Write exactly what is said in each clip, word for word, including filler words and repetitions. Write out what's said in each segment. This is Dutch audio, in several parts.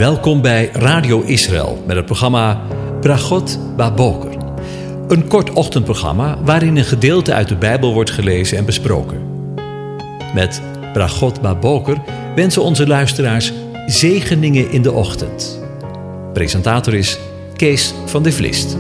Welkom bij Radio Israël met het programma Bragot Baboker. Een kort ochtendprogramma waarin een gedeelte uit de Bijbel wordt gelezen en besproken. Met Bragot Baboker wensen onze luisteraars zegeningen in de ochtend. Presentator is Kees van de Vlist.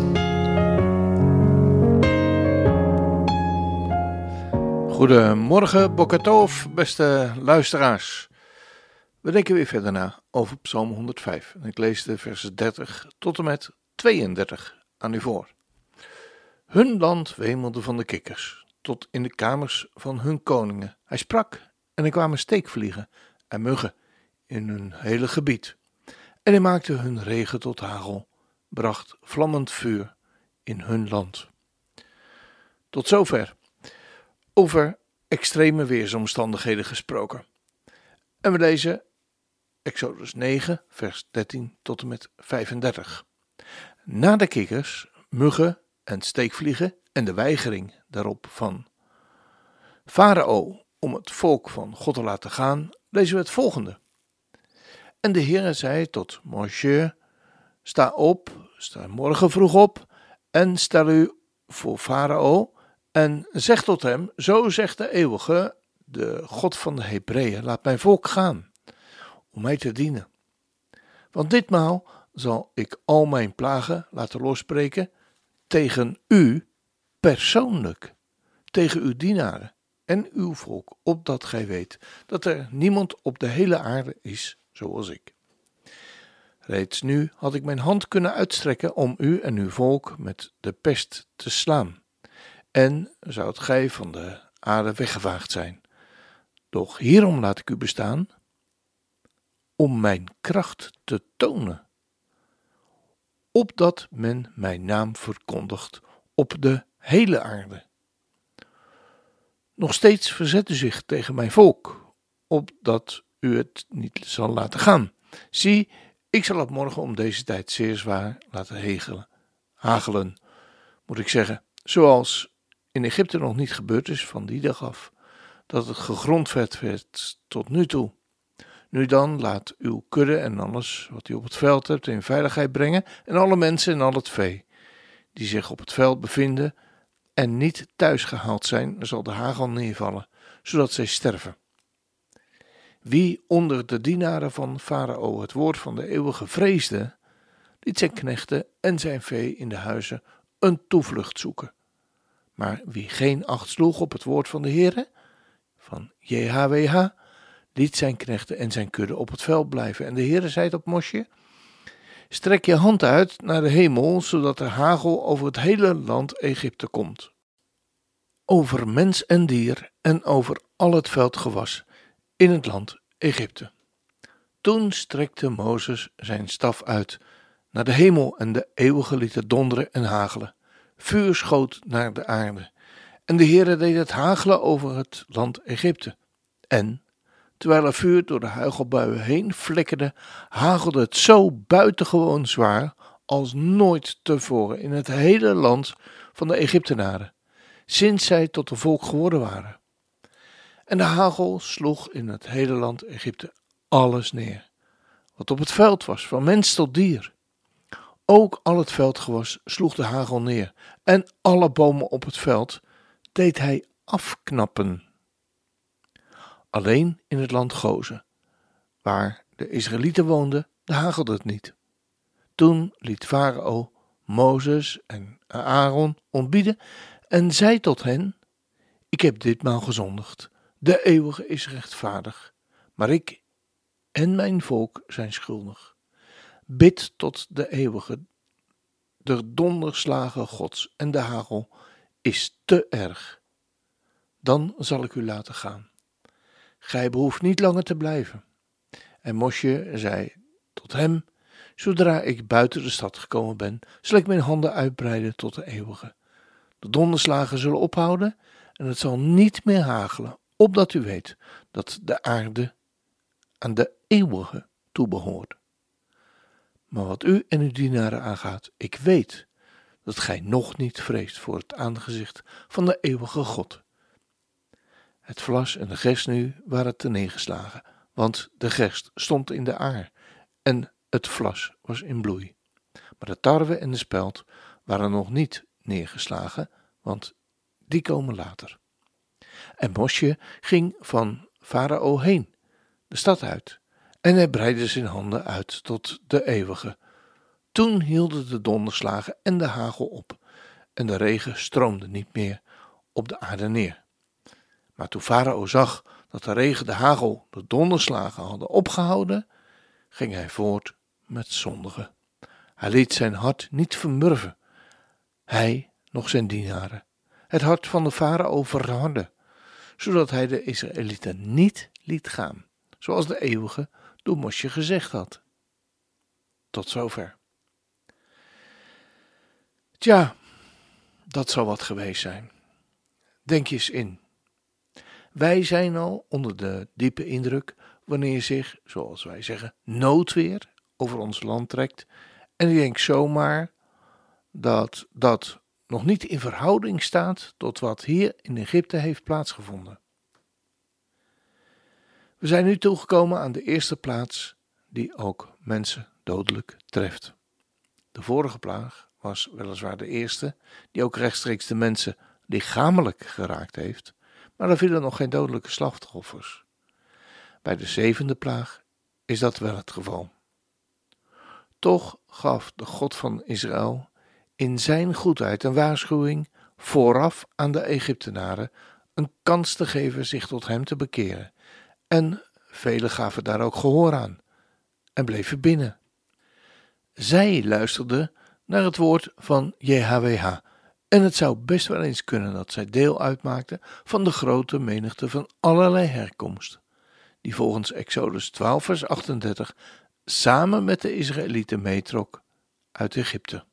Goedemorgen, Boker Tov, beste luisteraars. We denken weer verder na over Psalm honderdvijf. En ik lees de versen dertig tot en met tweeëndertig aan u voor. Hun land wemelde van de kikkers, tot in de kamers van hun koningen. Hij sprak en er kwamen steekvliegen en muggen in hun hele gebied. En hij maakte hun regen tot hagel, bracht vlammend vuur in hun land. Tot zover. Over extreme weersomstandigheden gesproken. En we lezen Exodus negen, vers dertien tot en met vijfendertig. Na de kikkers, muggen en steekvliegen en de weigering daarop van Farao om het volk van God te laten gaan, lezen we het volgende. En de Heere zei tot Moshe: sta op, sta morgen vroeg op en stel u voor Farao en zeg tot hem: zo zegt de eeuwige, de God van de Hebreeën, laat mijn volk gaan, om mij te dienen. Want ditmaal zal ik al mijn plagen laten losbreken tegen u persoonlijk, tegen uw dienaren en uw volk, opdat gij weet dat er niemand op de hele aarde is zoals ik. Reeds nu had ik mijn hand kunnen uitstrekken om u en uw volk met de pest te slaan, en zoudt gij van de aarde weggevaagd zijn. Doch hierom laat ik u bestaan, om mijn kracht te tonen, opdat men mijn naam verkondigt op de hele aarde. Nog steeds verzet u zich tegen mijn volk, opdat u het niet zal laten gaan. Zie, ik zal het morgen om deze tijd zeer zwaar laten hegelen, hagelen, moet ik zeggen, zoals in Egypte nog niet gebeurd is van die dag af, dat het gegrondvet werd tot nu toe. Nu dan, laat uw kudde en alles wat u op het veld hebt in veiligheid brengen, en alle mensen en al het vee die zich op het veld bevinden en niet thuis gehaald zijn, zal de hagel neervallen, zodat zij sterven. Wie onder de dienaren van Farao het woord van de eeuwige vreesde, liet zijn knechten en zijn vee in de huizen een toevlucht zoeken. Maar wie geen acht sloeg op het woord van de Heere, van J H W H, liet zijn knechten en zijn kudde op het veld blijven. En de Heere zei tot Mosje: strek je hand uit naar de hemel, zodat er hagel over het hele land Egypte komt, over mens en dier en over al het veldgewas in het land Egypte. Toen strekte Mozes zijn staf uit naar de hemel en de eeuwige liet het donderen en hagelen. Vuur schoot naar de aarde en de Heere deed het hagelen over het land Egypte. En terwijl er vuur door de hagelbuien heen flikkerde, hagelde het zo buitengewoon zwaar als nooit tevoren in het hele land van de Egyptenaren, sinds zij tot een volk geworden waren. En de hagel sloeg in het hele land Egypte alles neer, wat op het veld was, van mens tot dier. Ook al het veldgewas sloeg de hagel neer, en alle bomen op het veld deed hij afknappen. Alleen in het land Gozen, waar de Israëlieten woonden, hagelde het niet. Toen liet Farao Mozes en Aaron ontbieden en zei tot hen: ik heb ditmaal gezondigd. De eeuwige is rechtvaardig, maar ik en mijn volk zijn schuldig. Bid tot de eeuwige. De donderslagen Gods en de hagel is te erg. Dan zal ik u laten gaan. Gij behoeft niet langer te blijven. En Mosje zei tot hem: zodra ik buiten de stad gekomen ben, zal ik mijn handen uitbreiden tot de eeuwige. De donderslagen zullen ophouden en het zal niet meer hagelen, opdat u weet dat de aarde aan de eeuwige toebehoort. Maar wat u en uw dienaren aangaat, ik weet dat gij nog niet vreest voor het aangezicht van de eeuwige God. Het vlas en de gerst nu waren terneergeslagen, want de gerst stond in de aar en het vlas was in bloei. Maar de tarwe en de spelt waren nog niet neergeslagen, want die komen later. En Mosje ging van Farao heen, de stad uit, en hij breidde zijn handen uit tot de eeuwige. Toen hielden de donderslagen en de hagel op, en de regen stroomde niet meer op de aarde neer. Maar toen Farao zag dat de regen, de hagel, de donderslagen hadden opgehouden, ging hij voort met zondigen. Hij liet zijn hart niet vermurven, hij nog zijn dienaren. Het hart van de farao verhardde, zodat hij de Israëlieten niet liet gaan, zoals de eeuwige door Mosje gezegd had. Tot zover. Tja, dat zal wat geweest zijn. Denk je eens in. Wij zijn al onder de diepe indruk wanneer zich, zoals wij zeggen, noodweer over ons land trekt. En ik denk zomaar dat dat nog niet in verhouding staat tot wat hier in Egypte heeft plaatsgevonden. We zijn nu toegekomen aan de eerste plaats die ook mensen dodelijk treft. De vorige plaag was weliswaar de eerste die ook rechtstreeks de mensen lichamelijk geraakt heeft, maar er vielen nog geen dodelijke slachtoffers. Bij de zevende plaag is dat wel het geval. Toch gaf de God van Israël in zijn goedheid een waarschuwing vooraf aan de Egyptenaren een kans te geven zich tot hem te bekeren. En velen gaven daar ook gehoor aan en bleven binnen. Zij luisterden naar het woord van J H W H en het zou best wel eens kunnen dat zij deel uitmaakten van de grote menigte van allerlei herkomst, die volgens Exodus twaalf vers achtendertig samen met de Israëlieten meetrok uit Egypte.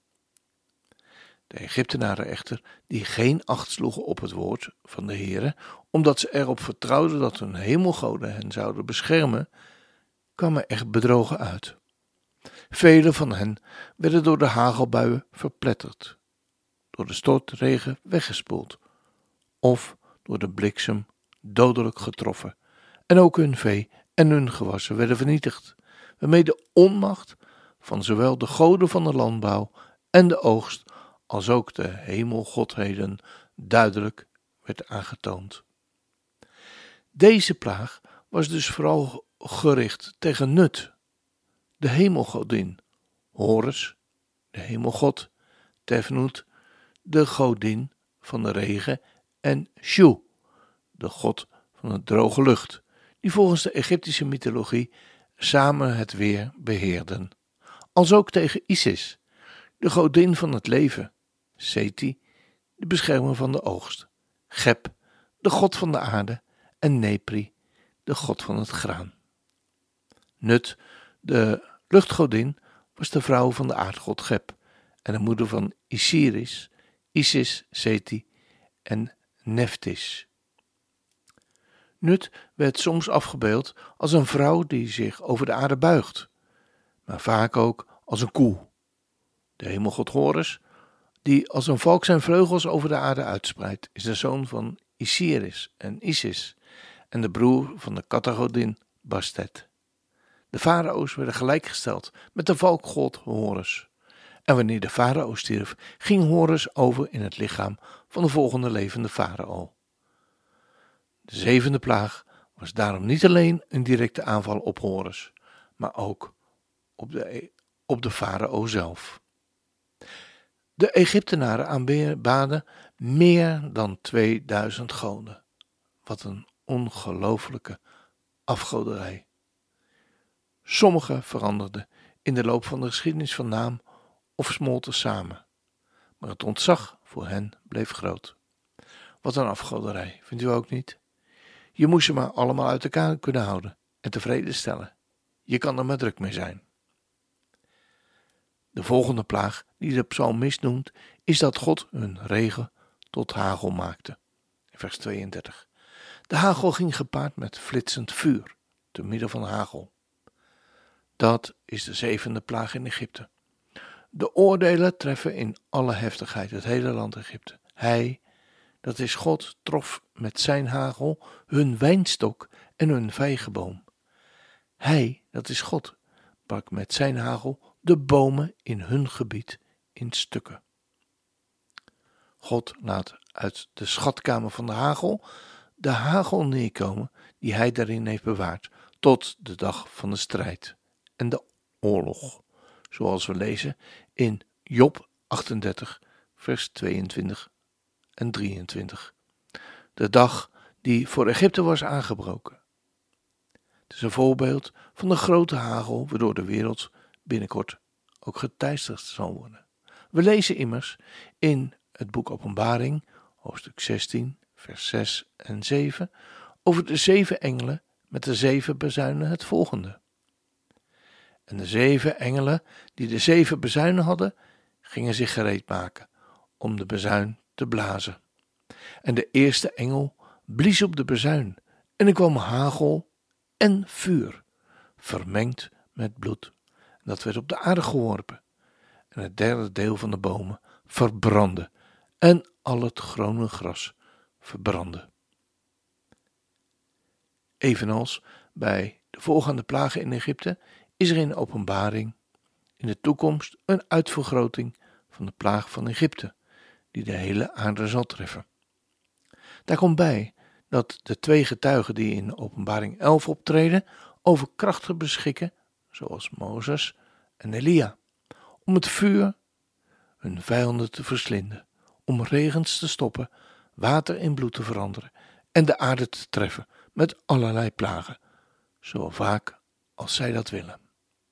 De Egyptenaren echter, die geen acht sloegen op het woord van de Heere, omdat ze erop vertrouwden dat hun hemelgoden hen zouden beschermen, kwamen echt bedrogen uit. Velen van hen werden door de hagelbuien verpletterd, door de stortregen weggespoeld of door de bliksem dodelijk getroffen. En ook hun vee en hun gewassen werden vernietigd, waarmee de onmacht van zowel de goden van de landbouw en de oogst als ook de hemelgodheden duidelijk werd aangetoond. Deze plaag was dus vooral gericht tegen Nut, de hemelgodin, Horus, de hemelgod, Tefnut, de godin van de regen, en Shu, de god van de droge lucht, die volgens de Egyptische mythologie samen het weer beheerden. Als ook tegen Isis, de godin van het leven, Seti, de beschermer van de oogst, Geb, de god van de aarde, en Nepri, de god van het graan. Nut, de luchtgodin, was de vrouw van de aardgod Geb en de moeder van Isiris, Isis, Seti en Neftis. Nut werd soms afgebeeld als een vrouw die zich over de aarde buigt, maar vaak ook als een koe. De hemelgod Horus, die als een valk zijn vleugels over de aarde uitspreidt, is de zoon van Isiris en Isis en de broer van de kattengodin Bastet. De farao's werden gelijkgesteld met de valkgod Horus. En wanneer de farao stierf, ging Horus over in het lichaam van de volgende levende farao. De zevende plaag was daarom niet alleen een directe aanval op Horus, maar ook op de, op de farao zelf. De Egyptenaren aanbaden meer dan tweeduizend goden. Wat een ongelooflijke afgoderij. Sommige veranderden in de loop van de geschiedenis van naam of smolten samen, maar het ontzag voor hen bleef groot. Wat een afgoderij, vindt u ook niet? Je moest ze maar allemaal uit elkaar kunnen houden en tevreden stellen. Je kan er maar druk mee zijn. De volgende plaag die de psalmist noemt, is dat God hun regen tot hagel maakte. Vers tweeëndertig. De hagel ging gepaard met flitsend vuur, te midden van hagel. Dat is de zevende plaag in Egypte. De oordelen treffen in alle heftigheid het hele land Egypte. Hij, dat is God, trof met zijn hagel hun wijnstok en hun vijgenboom. Hij, dat is God, sprak met zijn hagel de bomen in hun gebied in stukken. God laat uit de schatkamer van de hagel de hagel neerkomen die hij daarin heeft bewaard tot de dag van de strijd en de oorlog, zoals we lezen in Job achtendertig vers tweeëntwintig en drieëntwintig. De dag die voor Egypte was aangebroken. Het is een voorbeeld van de grote hagel waardoor de wereld binnenkort ook geteisterd zal worden. We lezen immers in het boek Openbaring, hoofdstuk zestien, vers zes en zeven, over de zeven engelen met de zeven bezuinen het volgende. En de zeven engelen die de zeven bezuinen hadden, gingen zich gereed maken om de bezuin te blazen. En de eerste engel blies op de bezuin en er kwam hagel en vuur, vermengd met bloed. En dat werd op de aarde geworpen. En het derde deel van de bomen verbrandde en al het groene gras verbrandde. Evenals bij de voorgaande plagen in Egypte is er in de Openbaring in de toekomst een uitvergroting van de plaag van Egypte, die de hele aarde zal treffen. Daar komt bij dat de twee getuigen die in Openbaring elf optreden over krachten beschikken, zoals Mozes en Elia, om het vuur hun vijanden te verslinden, om regens te stoppen, water in bloed te veranderen en de aarde te treffen met allerlei plagen, zo vaak als zij dat willen.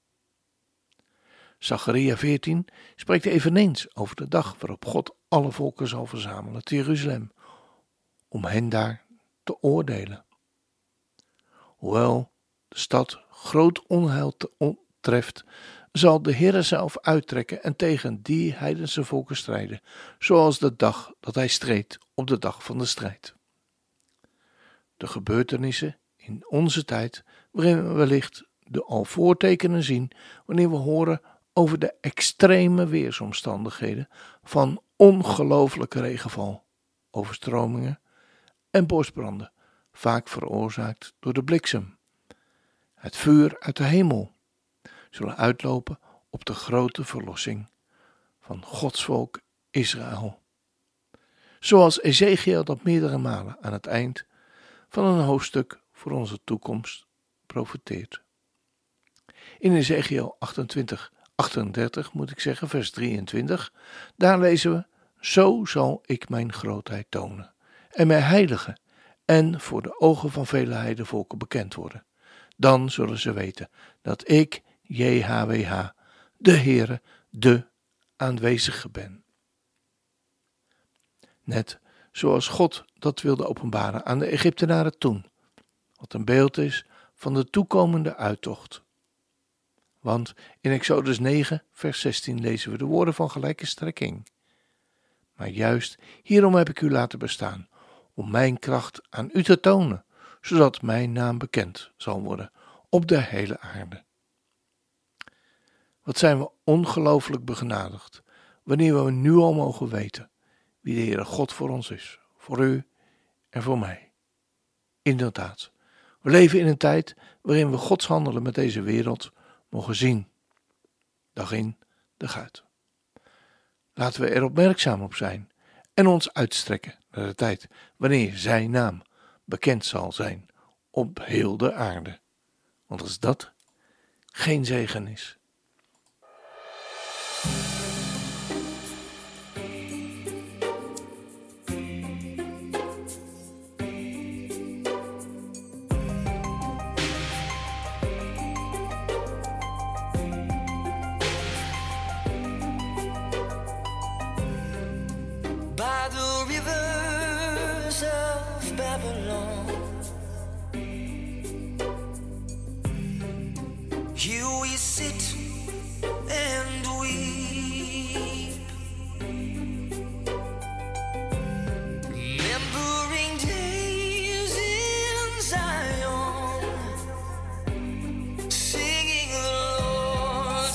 Zacharia veertien spreekt eveneens over de dag waarop God alle volken zal verzamelen te Jeruzalem, om hen daar te oordelen. Hoewel de stad groot onheil treft, zal de Heere zelf uittrekken en tegen die heidense volken strijden, zoals de dag dat hij streed op de dag van de strijd. De gebeurtenissen in onze tijd, waarin we wellicht de al voortekenen zien wanneer we horen over de extreme weersomstandigheden van ongelooflijke regenval, overstromingen en bosbranden, vaak veroorzaakt door de bliksem. Het vuur uit de hemel zullen uitlopen op de grote verlossing van Gods volk Israël. Zoals Ezechiel dat meerdere malen aan het eind van een hoofdstuk voor onze toekomst profeteert. In Ezechiel achtentwintig, achtendertig moet ik zeggen, vers drieëntwintig, daar lezen we: Zo zal ik mijn grootheid tonen en mij heiligen en voor de ogen van vele heidenvolken bekend worden. Dan zullen ze weten dat ik, J H W H, de Heere, de aanwezige ben. Net zoals God dat wilde openbaren aan de Egyptenaren toen, wat een beeld is van de toekomende uittocht. Want in Exodus negen, vers zestien lezen we de woorden van gelijke strekking. Maar juist hierom heb ik u laten bestaan, om mijn kracht aan u te tonen, zodat mijn naam bekend zal worden op de hele aarde. Wat zijn we ongelooflijk begenadigd, wanneer we nu al mogen weten wie de Heere God voor ons is, voor u en voor mij. Inderdaad, we leven in een tijd waarin we Gods handelen met deze wereld mogen zien, dag in, dag uit. Laten we er opmerkzaam op zijn en ons uitstrekken naar de tijd wanneer zijn naam bekend zal zijn op heel de aarde. Want als dat geen zegen is. By the rivers of Babylon, here we sit and weep, remembering days in Zion, singing the Lord's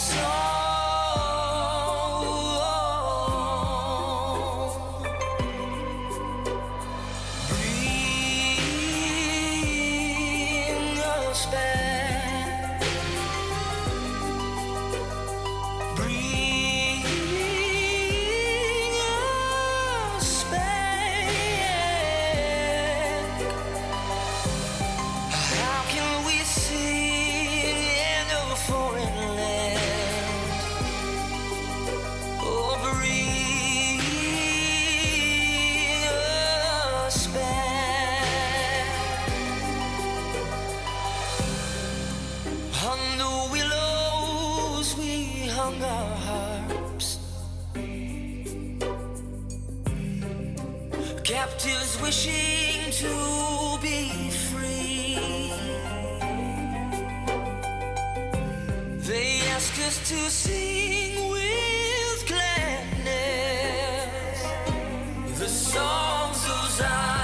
song. Bring us back captives wishing to be free. They ask us to sing with gladness the songs of Zion.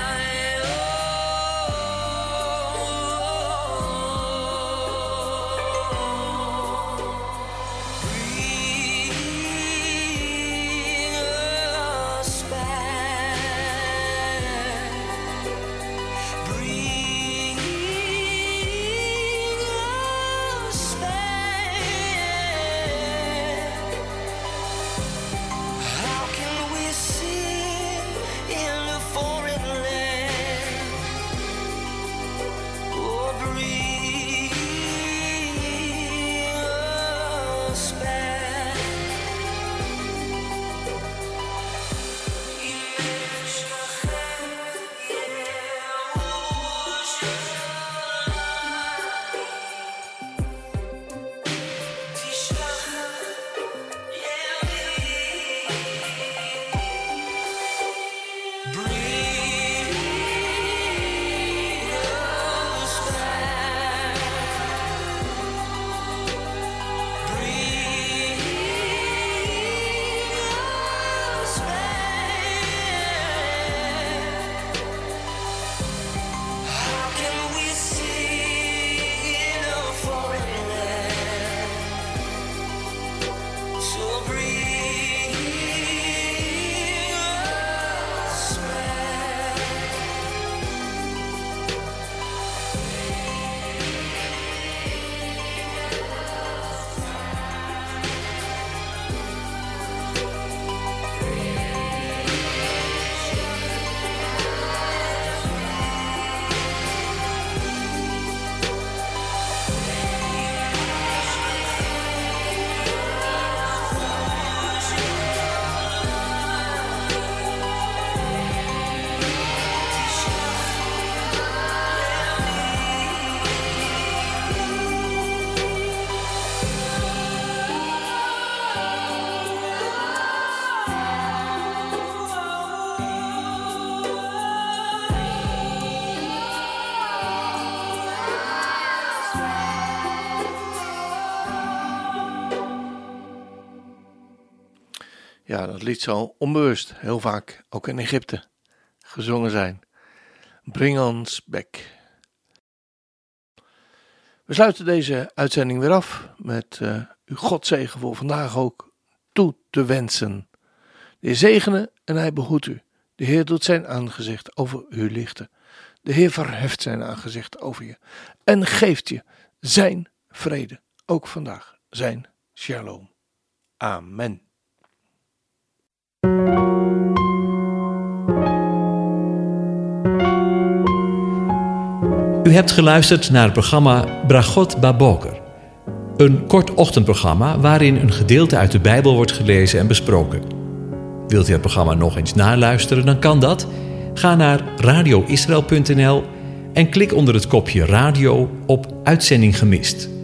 Ja, dat lied zal onbewust heel vaak ook in Egypte gezongen zijn. Bring ons back. We sluiten deze uitzending weer af met uh, uw Godzegen voor vandaag ook toe te wensen. De Heer zegene en hij behoedt u. De Heer doet zijn aangezicht over u lichten. De Heer verheft zijn aangezicht over je en geeft je zijn vrede. Ook vandaag zijn shalom. Amen. U hebt geluisterd naar het programma Bragot Baboker. Een kort ochtendprogramma waarin een gedeelte uit de Bijbel wordt gelezen en besproken. Wilt u het programma nog eens naluisteren, dan kan dat. Ga naar radio israël punt n l en klik onder het kopje radio op Uitzending gemist.